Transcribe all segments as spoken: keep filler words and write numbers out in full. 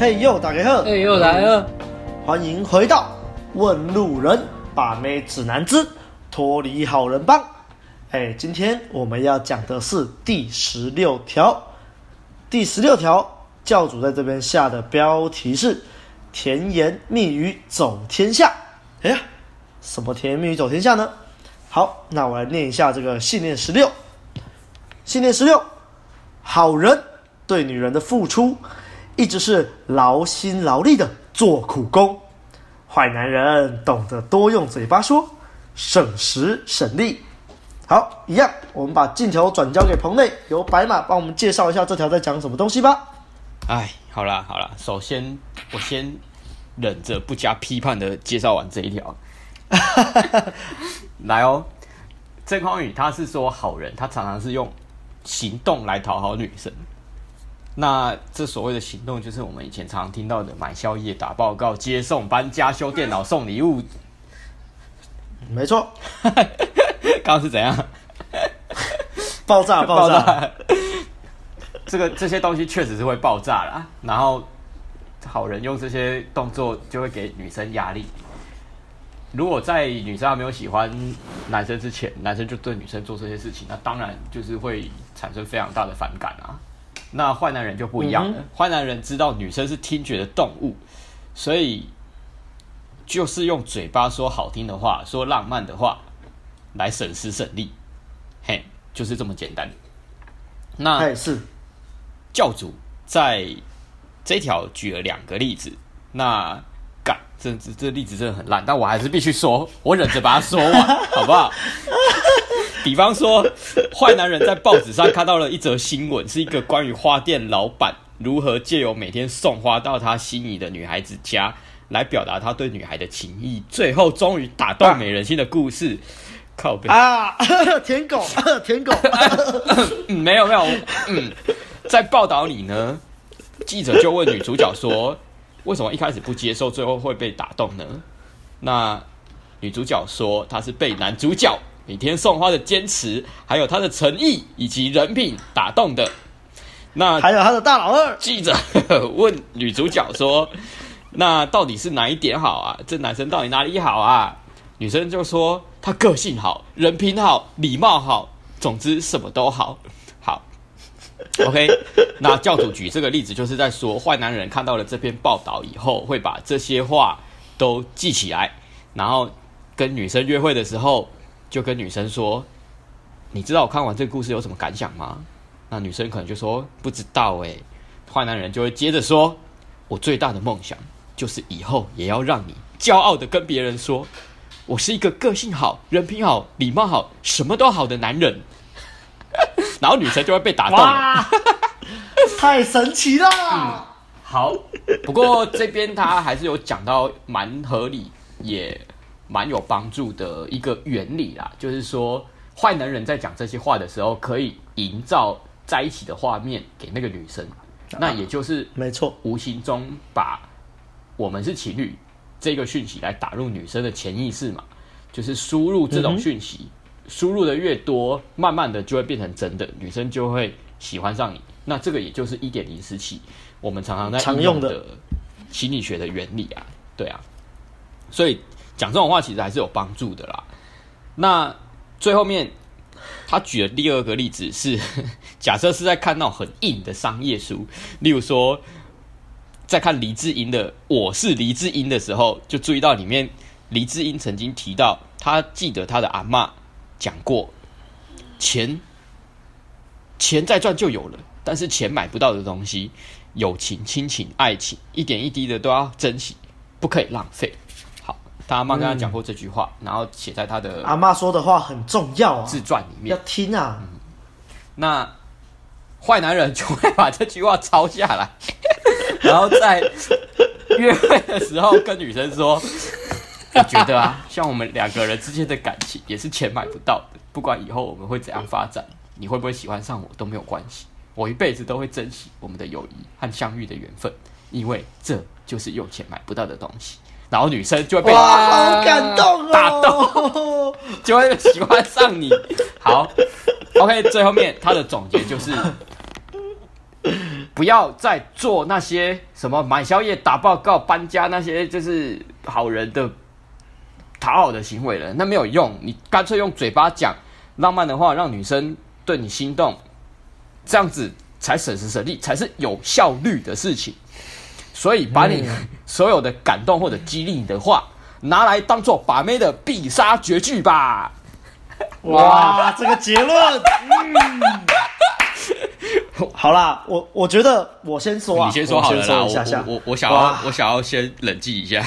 嘿呦，大家好， 嘿呦，大家好， 欢迎回到问路人把妹指南之脱离好人帮。哎，今天我们要讲的是第十六条。第十六条，教主在这边下的标题是甜言蜜语走天下。哎呀，什么甜言蜜语走天下呢？好，那我来念一下这个信念十六。信念十六，好人对女人的付出一直是劳心劳力的做苦工，坏男人懂得多用嘴巴说，省时省力。好，一样，我们把镜头转交给棚内，由白马帮我们介绍一下这条在讲什么东西吧。 哎，好啦好啦，首先我先忍着不加批判的介绍完这一条。来哦，郑匡宇他是说好人，他常常是用行动来讨好女生。那这所谓的行动，就是我们以前常常听到的买宵夜、打报告、接送、搬家、修电脑、送礼物。 没错。 刚刚是怎样？ 爆炸爆炸！爆炸这个这些东西确实是会爆炸啦。然后好人用这些动作就会给女生压力。如果在女生还没有喜欢男生之前，男生就对女生做这些事情，那当然就是会产生非常大的反感啊。那坏男人就不一样了，坏、嗯、男人知道女生是听觉的动物，所以就是用嘴巴说好听的话，说浪漫的话，来省时省力，嘿，就是这么简单。那是教主在这条举了两个例子，那干这这这例子真的很烂，但我还是必须说，我忍着把它说完，好不好？比方说，坏男人在报纸上看到了一则新闻，是一个关于花店老板如何借由每天送花到他心仪的女孩子家，来表达他对女孩的情意，最后终于打动美人心的故事。靠北啊，舔狗，舔狗、 嗯，没有没有，嗯，在报道里呢，记者就问女主角说，为什么一开始不接受，最后会被打动呢？那女主角说，她是被男主角每天送花的坚持，还有他的诚意以及人品打动的。那还有他的大老二。 记者问女主角说，那到底是哪一点好啊？这男生到底哪里好啊？女生就说他个性好，人品好，礼貌好，总之什么都好。好 OK， 那教主举这个例子就是在说，坏男人看到了这篇报道以后，会把这些话都记起来，然后跟女生约会的时候就跟女生说，你知道我看完这个故事有什么感想吗？那女生可能就说不知道耶。坏男人就会接着说，我最大的梦想就是以后也要让你骄傲的跟别人说，我是一个个性好、人品好、礼貌好、什么都好的男人。然后女生就会被打动了。 太神奇了、 嗯、好，不过这边他还是有讲到蛮合理也蛮有帮助的一个原理啦，就是说坏男人在讲这些话的时候，可以营造在一起的画面给那个女生，那也就是没错， 无形中把我们是情侣这个讯息来打入女生的潜意识嘛，就是输入这种讯息，输、嗯、入的越多，慢慢的就会变成真的，女生就会喜欢上你。那这个也就是 一点零 时期我们常常在应用的心理学的原理啊，对啊，所以讲这种话其实还是有帮助的啦。那最后面他举的第二个例子是，假设是在看那种很硬的商业书，例如说在看黎智英的《我是黎智英》的时候，就注意到里面黎智英曾经提到，他记得他的阿嬷讲过，钱钱再赚就有了，但是钱买不到的东西，友情、亲情、爱情，一点一滴的都要珍惜，不可以浪费。好，他阿嬷跟他讲过这句话，嗯、然后写在他的阿嬷说的话很重要啊， 自传里面要听啊。 嗯、那坏男人就会把这句话抄下来，然后在约会的时候跟女生说，我觉得啊，像我们两个人之间的感情也是钱买不到的，不管以后我们会怎样发展，你会不会喜欢上我都没有关系，我一辈子都会珍惜我们的友谊和相遇的缘分，因为这就是用钱买不到的东西。然后女生就会被哇，好感动哦， 打动，就会喜欢上你。好 ，OK， 最后面他的总结就是， 不要再做那些什么买宵夜、打报告、搬家那些就是好人的讨好的行为了，那没有用。你干脆用嘴巴讲浪漫的话，让女生对你心动，这样子才省时省力，才是有效率的事情。所以把你所有的感动或者激励你的话，拿来当做把妹的必杀绝句吧。 哇，这个结论，嗯，好啦，我我觉得我先说啊， 你先说好了啦， 我先说一下下我我我想要我想要先冷静一下。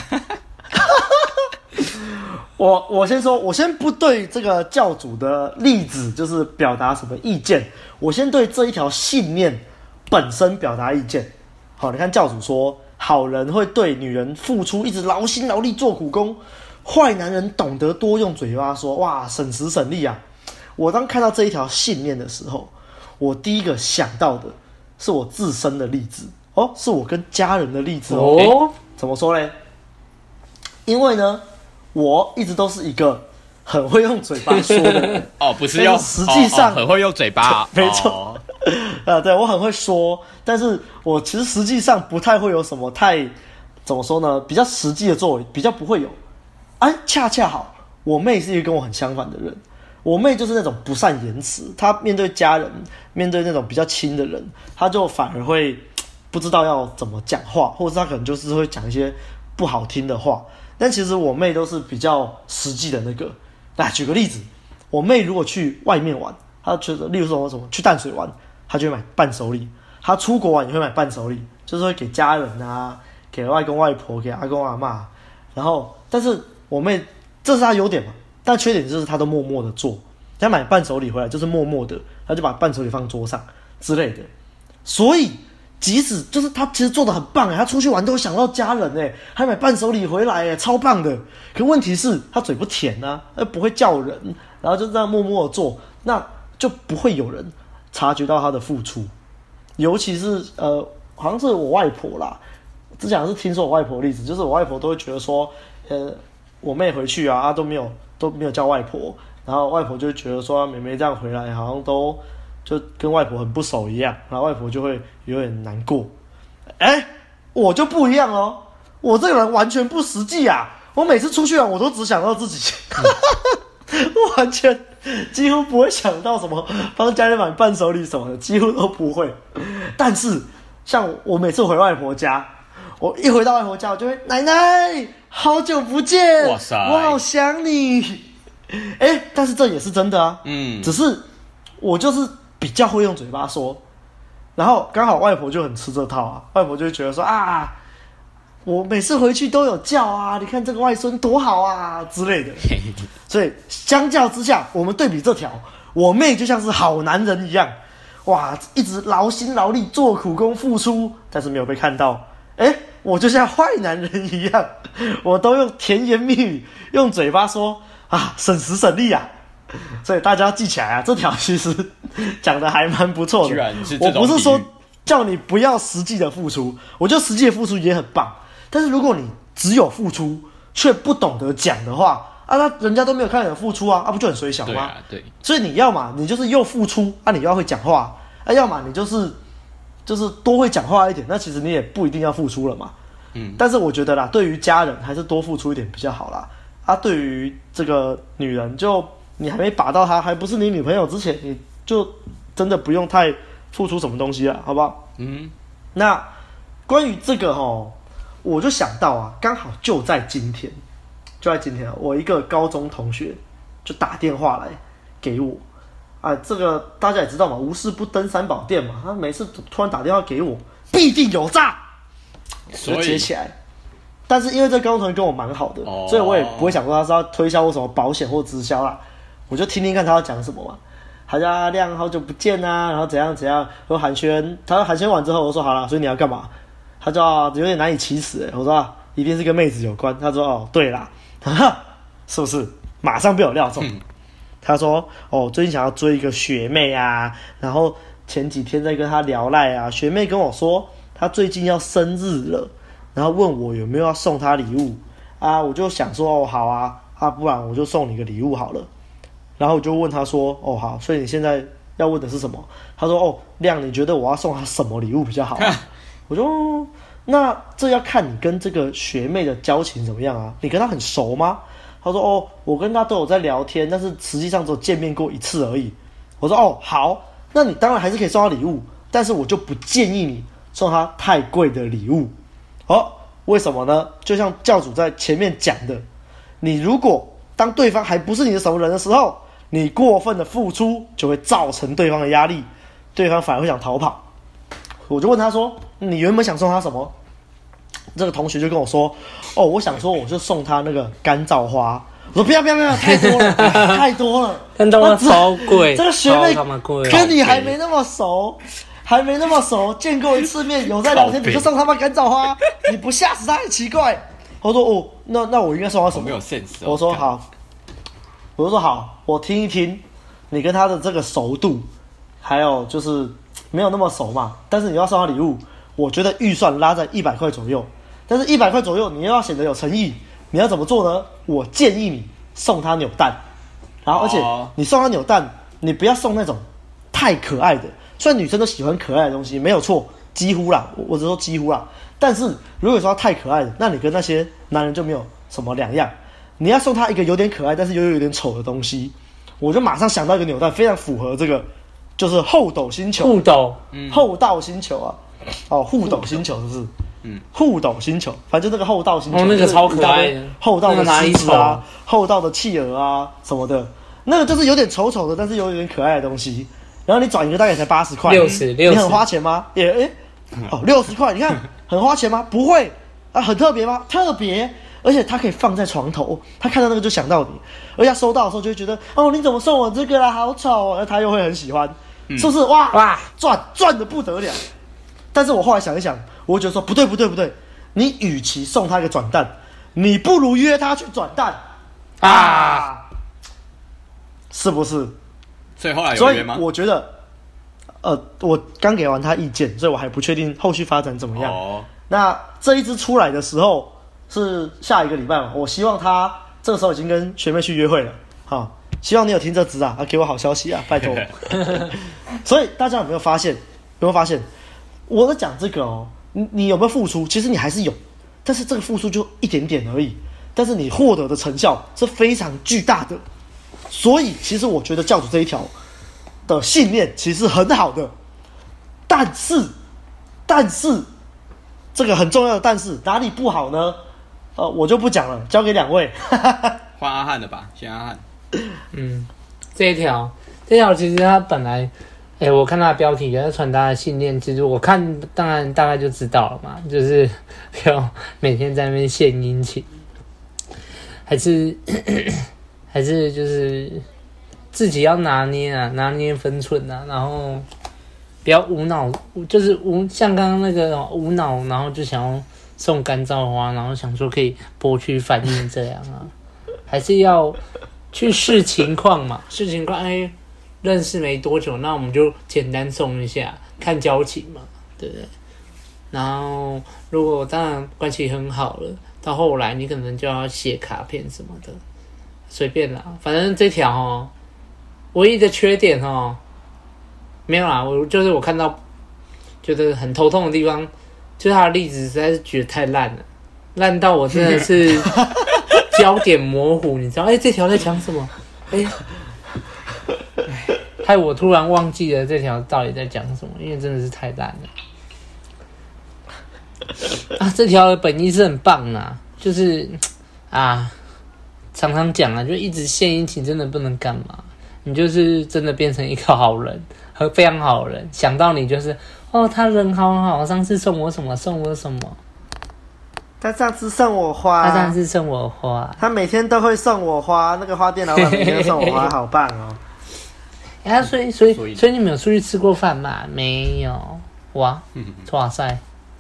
我我先说，我先不对这个教主的例子就是表达什么意见，我先对这一条信念本身表达意见。好，你看教主说，好人会对女人付出，一直劳心劳力做苦工；坏男人懂得多用嘴巴说，哇，省时省力啊！我当看到这一条信念的时候，我第一个想到的是我自身的例子哦，是我跟家人的例子哦。哦怎么说呢？因为呢，我一直都是一个很会用嘴巴说的人哦，不是用， 实际上、 哦哦、很会用嘴巴， 没错。 哦呃，对我很会说，但是我其实实际上不太会有什么太怎么说呢，比较实际的作为，比较不会有。哎，恰恰好，我妹是一个跟我很相反的人。我妹就是那种不善言辞，她面对家人，面对那种比较亲的人，她就反而会不知道要怎么讲话，或者她可能就是会讲一些不好听的话。但其实我妹都是比较实际的那个。来举个例子，我妹如果去外面玩，她觉得，例如说什么去淡水玩，她就会买伴手礼；她出国玩也会买伴手礼，就是会给家人啊，给外公外婆，给阿公阿嬷。然后，但是我妹这是她优点嘛，但缺点就是她都默默的做。她买伴手礼回来就是默默的，她就把伴手礼放桌上之类的。所以，即使就是她其实做的很棒哎，她出去玩都会想到家人哎，还买伴手礼回来哎，超棒的。可问题是她嘴不甜啊，她不会叫人，然后就这样默默的做，那就不会有人察觉到她的付出。尤其是呃，好像是我外婆啦，之前是听说我外婆的例子，就是我外婆都会觉得说，呃，我妹回去啊，都没有都没有叫外婆，然后外婆就会觉得说，妹妹这样回来好像都就跟外婆很不熟一样，然后外婆就会有点难过。哎，我就不一样哦，我这个人完全不实际啊，我每次出去玩我都只想到自己，我完全几乎不会想到什么帮家人买伴手礼什么的，几乎都不会。但是像我每次回外婆家，我一回到外婆家，我就会奶奶，好久不见， 哇塞， 我好想你。哎，但是这也是真的啊，嗯，只是我就是比较会用嘴巴说，然后刚好外婆就很吃这套啊，外婆就会觉得说啊，我每次回去都有叫啊，你看这个外孙多好啊之类的。所以相较之下，我们对比这条，我妹就像是好男人一样，哇，一直劳心劳力做苦工付出，但是没有被看到。哎，我就像坏男人一样，我都用甜言蜜语，用嘴巴说啊，省时省力啊。所以大家要记起来啊，这条其实讲的还蛮不错的。 居然是这种比喻。 我不是说叫你不要实际的付出，我觉得实际的付出也很棒。但是如果你只有付出却不懂得讲的话，啊，那人家都没有看你的付出啊，啊，不就很水小吗？ 对啊，对。 所以你要嘛，你就是又付出啊，你又要会讲话啊，要么你就是就是多会讲话一点，那其实你也不一定要付出了嘛。嗯。但是我觉得啦，对于家人还是多付出一点比较好啦。啊，对于这个女人，就你还没把到她，还不是你女朋友之前，你就真的不用太付出什么东西了，好不好？嗯。那关于这个齁，我就想到啊，刚好就在今天，就在今天，我一个高中同学就打电话来给我，啊，这个大家也知道嘛，无事不登三宝殿嘛，他每次突然打电话给我，必定有诈，我就接起来。但是因为这高中同学跟我蛮好的，哦，所以我也不会想说他是要推销我什么保险或直销啦，我就听听看他要讲什么嘛。他叫阿亮好久不见啊，然后怎样怎样，我寒暄，他寒暄完之后，我说好啦，所以你要干嘛？他说啊，有点难以启齿哎，我说啊，一定是跟妹子有关。他说哦，对啦，哈哈，是不是？马上被我料中。嗯，他说哦，最近想要追一个学妹啊，然后前几天在跟他聊赖啊，学妹跟我说她最近要生日了，然后问我有没有要送她礼物啊，我就想说哦好啊，啊不然我就送你个礼物好了。然后我就问他说哦好，所以你现在要问的是什么？他说哦，亮，你觉得我要送他什么礼物比较好、啊？我说、哦、那这要看你跟这个学妹的交情怎么样啊？你跟她很熟吗？他说哦，我跟她都有在聊天，但是实际上只有见面过一次而已。我说哦，好，那你当然还是可以送她礼物，但是我就不建议你送她太贵的礼物。哦，为什么呢？就像教主在前面讲的，你如果当对方还不是你的熟人的时候，你过分的付出就会造成对方的压力，对方反而会想逃跑。我就问他说：“你原本想送他什么？”这个同学就跟我说：“哦，我想说我就送他那个干燥花。”我说：“不要不要不要，太多了，太多了， 干燥花超贵， 这个学妹贵跟你还没那么熟。”还没那么熟，见过一次面，有在聊天，你就送他妈干燥花，你不吓死他也奇怪。我说哦，那那我应该送他什么？ 我没有 sense、哦。 我说好，我就说好，我听一听你跟他的这个熟度，还有就是没有那么熟嘛，但是你要送他礼物，我觉得预算拉在一百块左右，但是一百块左右你又要显得有诚意，你要怎么做呢？我建议你送他扭蛋，然后而且你送他扭蛋，你不要送那种太可爱的。虽然女生都喜欢可爱的东西，没有错，几乎啦，我我只说几乎啦。但是如果说太可爱的，那你跟那些男人就没有什么两样。你要送他一个有点可爱，但是又有点丑的东西，我就马上想到一个扭蛋，非常符合这个，就是厚斗星球。 互斗， 嗯，厚道星球啊，哦，互斗星球是不是？嗯，互斗星球，反正就那个厚道星球， 哦，那个超可爱的， 厚道的狮子啊，厚道的企鹅啊什么的，那个就是有点丑丑的，但是有点可爱的东西。然后你转一个大概才八十块， 六十， 你很花钱吗？也诶，哦，六十块，你看很花钱吗？不会啊，很特别吗？特别，而且它可以放在床头，他看到那个就想到你，而且他收到的时候就会觉得，哦，你怎么送我这个啦，好丑哦，而他又会很喜欢，嗯、是不是？哇哇，赚赚的不得了。但是我后来想一想，我就觉得说不对不对不对，你与其送他一个转蛋，你不如约他去转蛋啊，是不是？ 所以后来有约吗？ 所以我觉得，呃，我刚给完他意见，所以我还不确定后续发展怎么样。哦、那这一支出来的时候是下一个礼拜嘛？我希望他这个时候已经跟学妹去约会了。好，希望你有听这支啊，啊，给我好消息啊，拜托。所以大家有没有发现？有没有发现？我在讲这个哦，你你有没有付出？其实你还是有，但是这个付出就一点点而已，但是你获得的成效是非常巨大的。所以，其实我觉得教主这一条的信念其实很好的，但是，但是这个很重要的但是哪里不好呢？呃，我就不讲了，交给两位。 换阿汉的吧，先阿汉。 嗯，这一条，这一条其实他本来，哎，我看他的标题也是传达的信念，其实我看当然大概就知道了嘛，就是不要每天在那边献殷勤，还是。还是就是自己要拿捏啊，拿捏分寸啊，然后不要无脑，就是无像刚刚那个无脑，然后就想要送干燥花，然后想说可以博取反应这样啊，还是要去视情况嘛，视情况，哎，认识没多久，那我们就简单送一下，看交情嘛，对不对？然后如果当然关系很好了，到后来你可能就要写卡片什么的。随便啦，反正这条哦，唯一的缺点哦，没有啦，我就是我看到觉得很头痛的地方，就是他的例子实在是觉得太烂了，烂到我真的是焦点模糊，你知道？哎、欸，这条在讲什么？哎、欸，害我突然忘记了这条到底在讲什么，因为真的是太烂了。啊，这条的本意是很棒啊，就是啊。常常讲啊，就一直献殷勤，真的不能干嘛？你就是真的变成一个好人，和非常好人。想到你就是哦，他人好好，上次送我什么，送我什么。 他上次送我花， 他上次送我花， 他每天都会送我花。那个花店老板每天都送我花，好棒哦！ 哎、啊，所以所以所以你们有出去吃过饭吗？没有，哇，哇塞！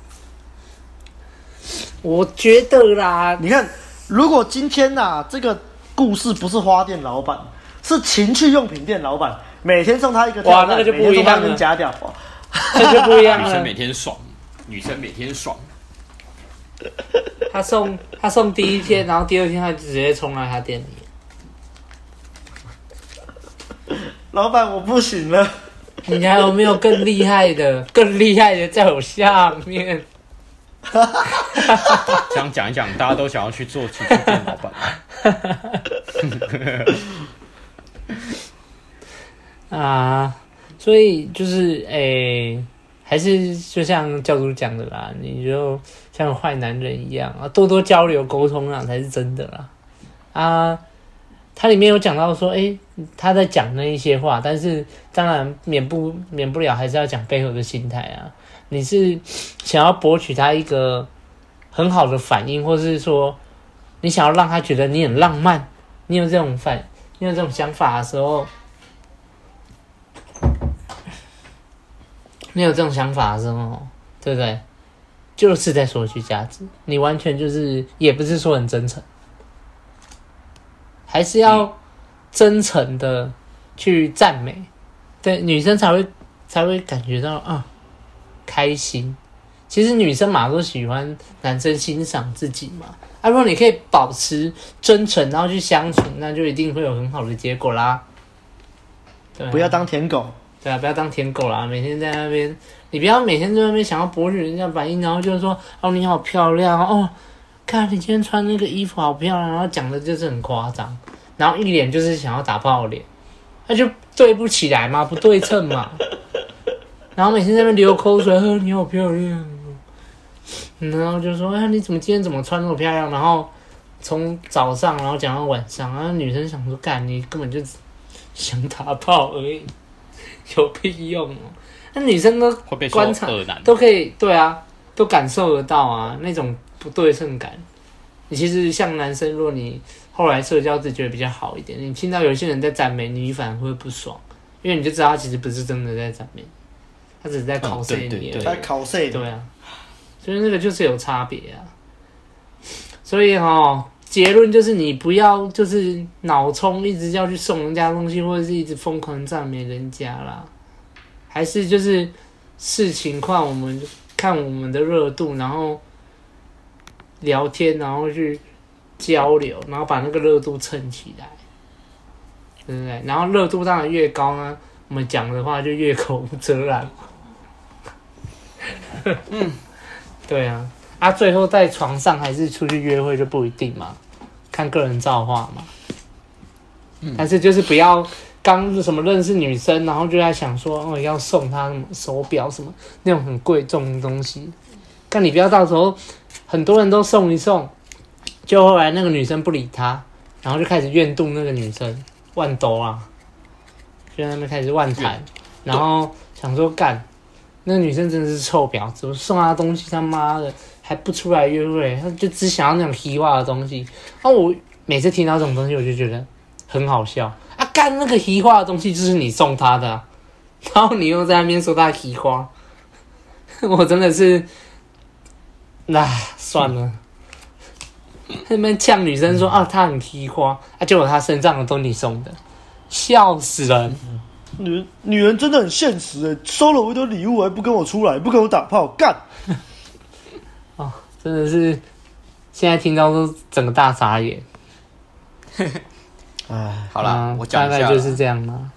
我觉得啦， 你看。如果今天啊，这个故事不是花店老板，是情趣用品店老板，每天送他一个跳蛋， 哇，那个就不一样了， 跟假屌， 那就不一样了。 女生每天爽，女生每天爽。 他送他送第一天，然后第二天他直接冲来他店里。 老板，我不行了。 你还有没有更厉害的？更厉害的在我下面。 这样讲一讲，大家都想要去做情趣店老板。 啊，所以就是诶、欸，还是就像教主讲的啦，你就像坏男人一样啊，多多交流沟通啊，才是真的啦。啊，它里面有讲到说，诶、欸，他在讲那一些话，但是当然免不免不了还是要讲背后的心态啊。你是想要博取他一个很好的反应，或是说你想要让他觉得你很浪漫，你有这种反，你有这种想法的时候。你有这种想法的时候，对不对？就是在索取价值，你完全就是也不是说很真诚，还是要真诚的去赞美，对女生才会才会感觉到啊开心。其实女生嘛都喜欢男生欣赏自己嘛，啊，如果你可以保持真诚，然后去相处，那就一定会有很好的结果啦。对啊， 不要当舔狗。 对啊，不要当舔狗啦！每天在那边，你不要每天在那边想要博取人家反应，然后就是说哦你好漂亮哦，看你今天穿那个衣服好漂亮，然后讲的就是很夸张，然后一脸就是想要打炮脸，那就对不起来嘛，不对称嘛。然后每天在那边流口水，呵你好漂亮，然后就说哎你怎么今天怎么穿那么漂亮？然后从早上然后讲到晚上，然后女生想说干你根本就想打炮而已。有屁用哦！那女生都观察都可以，对啊，都感受得到啊，那种不对称感。你其实像男生，如果你后来社交自觉得比较好一点，你听到有些人在赞美你，你反而会不爽，因为你就知道他其实不是真的在赞美你，他只是在考 C 你， 他考 C， 对啊，所以那个就是有差别啊。所以哦，结论就是你不要就是脑冲一直要去送人家东西，或者是一直疯狂赞美人家啦，还是就是视情况，我们看我们的热度，然后聊天，然后去交流，然后把那个热度撑起来，对不对？然后热度当然越高呢，我们讲的话就越口无遮拦。嗯，对啊。啊，最后在床上还是出去约会就不一定嘛，看个人造化嘛。嗯、但是就是不要刚什么认识女生，然后就在想说哦要送她什么手表什么那种很贵重的东西，但你不要到时候很多人都送一送，就后来那个女生不理他，然后就开始怨妒那个女生万斗啊，就在那边开始万谈，然后想说干那个女生真的是臭婊子，我送她东西他妈的。还不出来约会，他就只想要那种虚化的东西。啊，我每次听到这种东西，我就觉得很好笑啊！干那个虚化的东西就是你送他的、啊，然后你又在那边说他虚化，我真的是，那、啊、算了。那边呛女生说啊，她很虚化，啊，结果她身上的都你送的，笑死人。 女人女人真的很现实诶，收了我一堆礼物还不跟我出来，不跟我打炮，干！ 哦，真的是，现在听到都整个大傻眼。 哎， 好啦， 啊、 我讲一下， 大概就是这样嘛。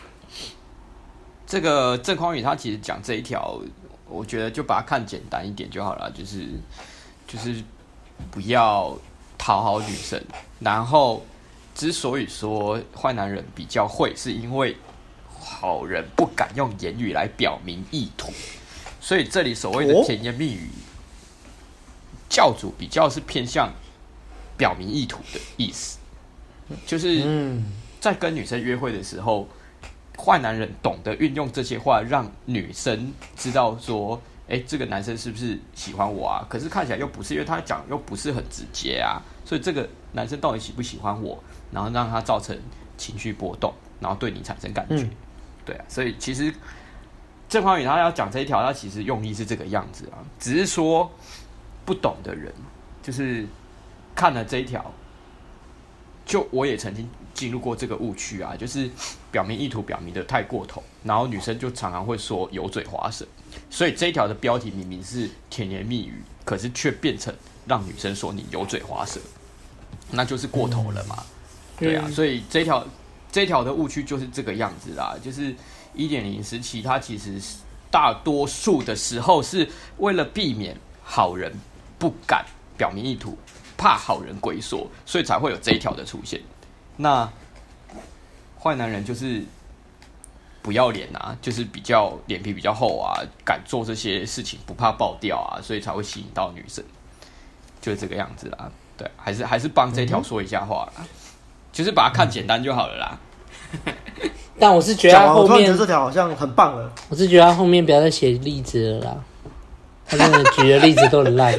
这个郑匡宇他其实讲这一条，我觉得就把它看简单一点就好了，就是就是不要讨好女生。然后之所以说坏男人比较会，是因为好人不敢用言语来表明意图，所以这里所谓的甜言蜜语。哦，教主比较是偏向表明意图的意思，就是在跟女生约会的时候，坏男人懂得运用这些话，让女生知道说，哎，这个男生是不是喜欢我啊？可是看起来又不是，因为他讲又不是很直接啊，所以这个男生到底喜不喜欢我，然后让他造成情绪波动，然后对你产生感觉，嗯、对啊，所以其实郑匡宇他要讲这一条，他其实用意是这个样子啊，只是说。不懂的人，就是看了这一条，就我也曾经进入过这个误区啊，就是表明意图表明的太过头，然后女生就常常会说油嘴滑舌，所以这一条的标题明明是甜言蜜语，可是却变成让女生说你油嘴滑舌，那就是过头了嘛，嗯、对啊，所以这一条这条的误区就是这个样子啦，就是 一点零 时期，它其实大多数的时候是为了避免好人不敢表明意图，怕好人龟缩，所以才会有这一条的出现。那坏男人就是不要脸啊，就是比较脸皮比较厚啊，敢做这些事情，不怕爆掉啊，所以才会吸引到女生，就是这个样子啦。对，还是还是帮这条说一下话啦，嗯、就是把它看简单就好了啦。 但我是觉得他后面这条好像很棒了， 我是觉得他后面不要再写例子了啦，他真的举的例子都很烂，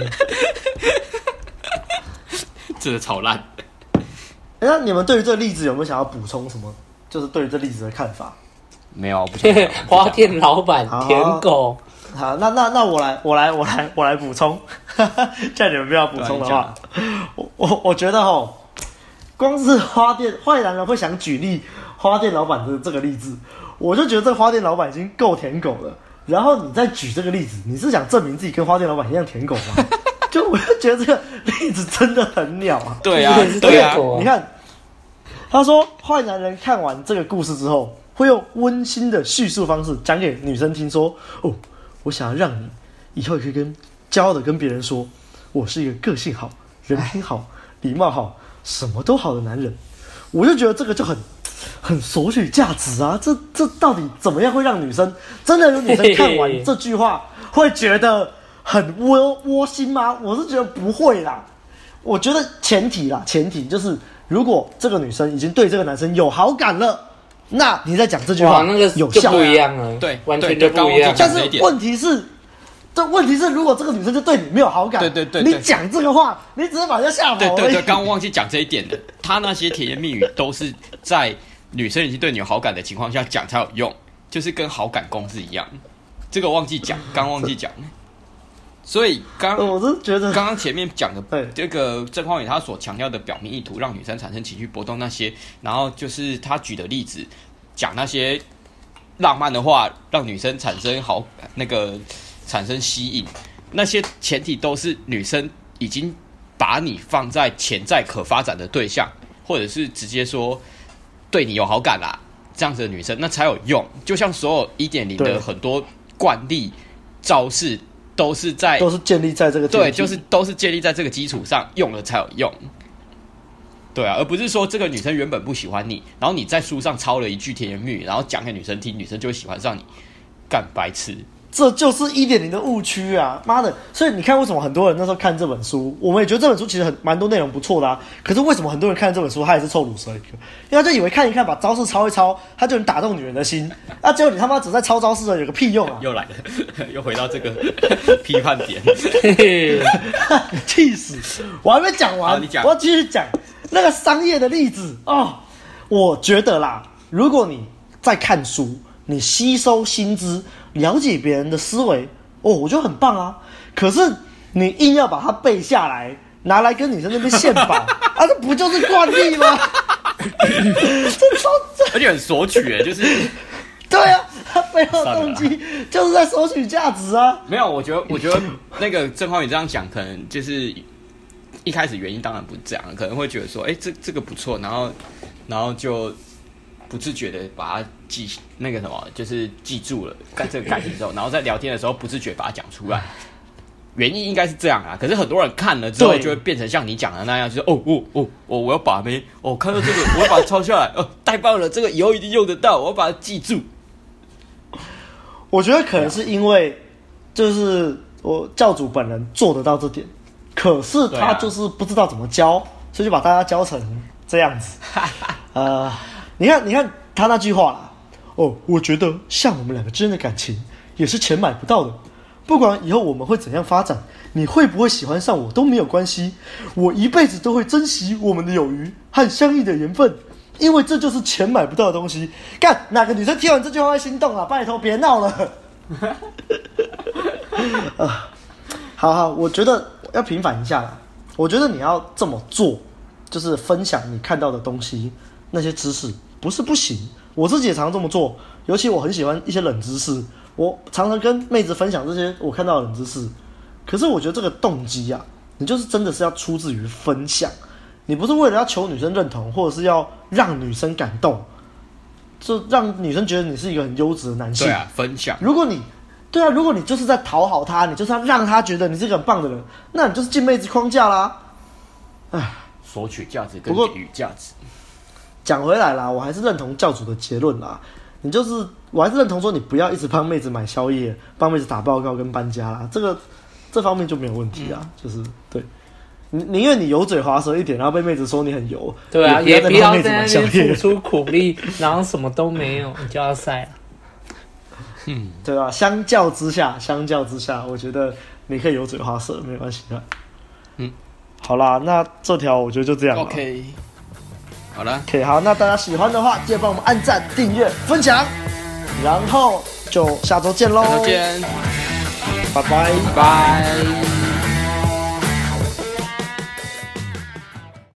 真的超烂。 那你们对于这个例子有没有想要补充什么？就是对于这例子的看法？ 没有，不想讲花店老板舔狗。 好，那那那我来，我来，我来，我来补充。叫你们不要补充的话，我我我觉得哈，光是花店坏男人会想举例花店老板的这个例子，我就觉得这个花店老板已经够舔狗了。然后你再举这个例子，你是想证明自己跟花店老板一样舔狗吗？就我就觉得这个例子真的很鸟啊！ 对啊，对啊， 你看，他说坏男人看完这个故事之后，会用温馨的叙述方式讲给女生听说，哦，我想要让你以后也可以跟骄傲的跟别人说，我是一个个性好、人品好、礼貌好、什么都好的男人。我就觉得这个就很很索取价值啊！这这到底怎么样会让女生真的有女生看完这句话会觉得很窝窝心吗？我是觉得不会啦。我觉得前提啦，前提就是如果这个女生已经对这个男生有好感了，那你再讲这句话， 那个有效、啊、 就不一样了， 对， 完全就不一样。 但是问题是，这问题是，如果这个女生就对你没有好感， 对对 对, 对， 你讲这个话，你只是把人家吓跑而已。 对对对，刚刚忘记讲这一点了。他那些甜言蜜语都是在女生已经对你有好感的情况下讲才有用，就是跟好感公式一样。这个忘记讲，刚忘记讲。所以刚我是觉得刚刚前面讲的这个郑匡宇他所强调的表明意图，让女生产生情绪波动那些，然后就是他举的例子，讲那些浪漫的话，让女生产生好那个产生吸引，那些前提都是女生已经把你放在潜在可发展的对象，或者是直接说对你有好感啦，这样子的女生那才有用。就像所有 一点零 的很多惯例招式。都是在都是建立在这个对，就是都是建立在这个基础上用了才有用，对啊，而不是说这个女生原本不喜欢你，然后你在书上抄了一句甜言蜜语，然后讲给女生听，女生就会喜欢上你，干白痴。 这就是 一点零 的误区啊！妈的！所以你看，为什么很多人那时候看这本书，我们也觉得这本书其实很蛮多内容不错的啊。可是为什么很多人看这本书，他也是臭乳蛇一个？因为他就以为看一看，把招式抄一抄，他就能打动女人的心。那、啊、结果你他妈只在抄招式的，有个屁用啊！ 又来了，又回到这个批判点， 气死！我还没讲完， 你讲， 我要继续讲那个商业的例子哦。我觉得啦，如果你在看书，你吸收新知。了解别人的思维，哦，我觉得很棒啊。可是你硬要把它背下来，拿来跟女生那边献宝啊，这不就是惯例吗？这超， 而且很索取哎，就是对啊，他背后动机就是在索取价值啊。 没有，我觉得，我觉得那个郑匡宇这样讲，可能就是一开始原因当然不是这样，可能会觉得说，哎、欸，这这个不错，然后然后就。不自觉的把它记那个什么，就是记住了干这个概念之后，然后在聊天的时候不自觉把它讲出来，原因应该是这样啊。可是很多人看了之后就会变成像你讲的那样，就是哦哦哦哦，我要把妹哦，看到这个我要把它抄下来，哦，太棒了，这个以后一定用得到，我要把它记住。 我觉得可能是因为就是我教主本人做得到这点，可是他就是不知道怎么教，所以就把大家教成这样子。呃。你看，你看他那句话啦，哦，我觉得像我们两个之间的感情也是钱买不到的。不管以后我们会怎样发展，你会不会喜欢上我都没有关系，我一辈子都会珍惜我们的友谊和相依的缘分，因为这就是钱买不到的东西。干，哪个女生听完这句话会心动啊？拜托，别闹了。呃，好好，我觉得要平反一下啦。我觉得你要这么做，就是分享你看到的东西，那些知识。不是不行，我自己也常常这么做，尤其我很喜欢一些冷知识，我常常跟妹子分享这些我看到的冷知识。可是我觉得这个动机啊，你就是真的是要出自于分享，你不是为了要求女生认同，或者是要让女生感动， 就让女生觉得你是一个很优质的男性。 对啊，分享。 如果你对啊，如果你就是在讨好她，你就是要让她觉得你是一个很棒的人，那你就是进妹子框架啦。唉， 索取价值跟给予价值。 讲回来啦，我还是认同教主的结论啦。你就是，我还是认同说，你不要一直帮妹子买宵夜，帮妹子打报告跟搬家啦，这个这方面就没有问题啊。嗯、就是对，宁愿你油嘴滑舌一点，然后被妹子说你很油， 对啊， 也不要在那边付出苦力，然后什么都没有，你就要晒了。 嗯，对吧？相较之下，相较之下，我觉得你可以油嘴滑舌，没关系的。嗯，好啦，那这条我觉得就这样了。 OK。好了 ，OK， 好，那大家喜欢的话，记得帮我们按赞、订阅、分享，然后就下周见喽！ 下周见， 拜拜， 拜拜。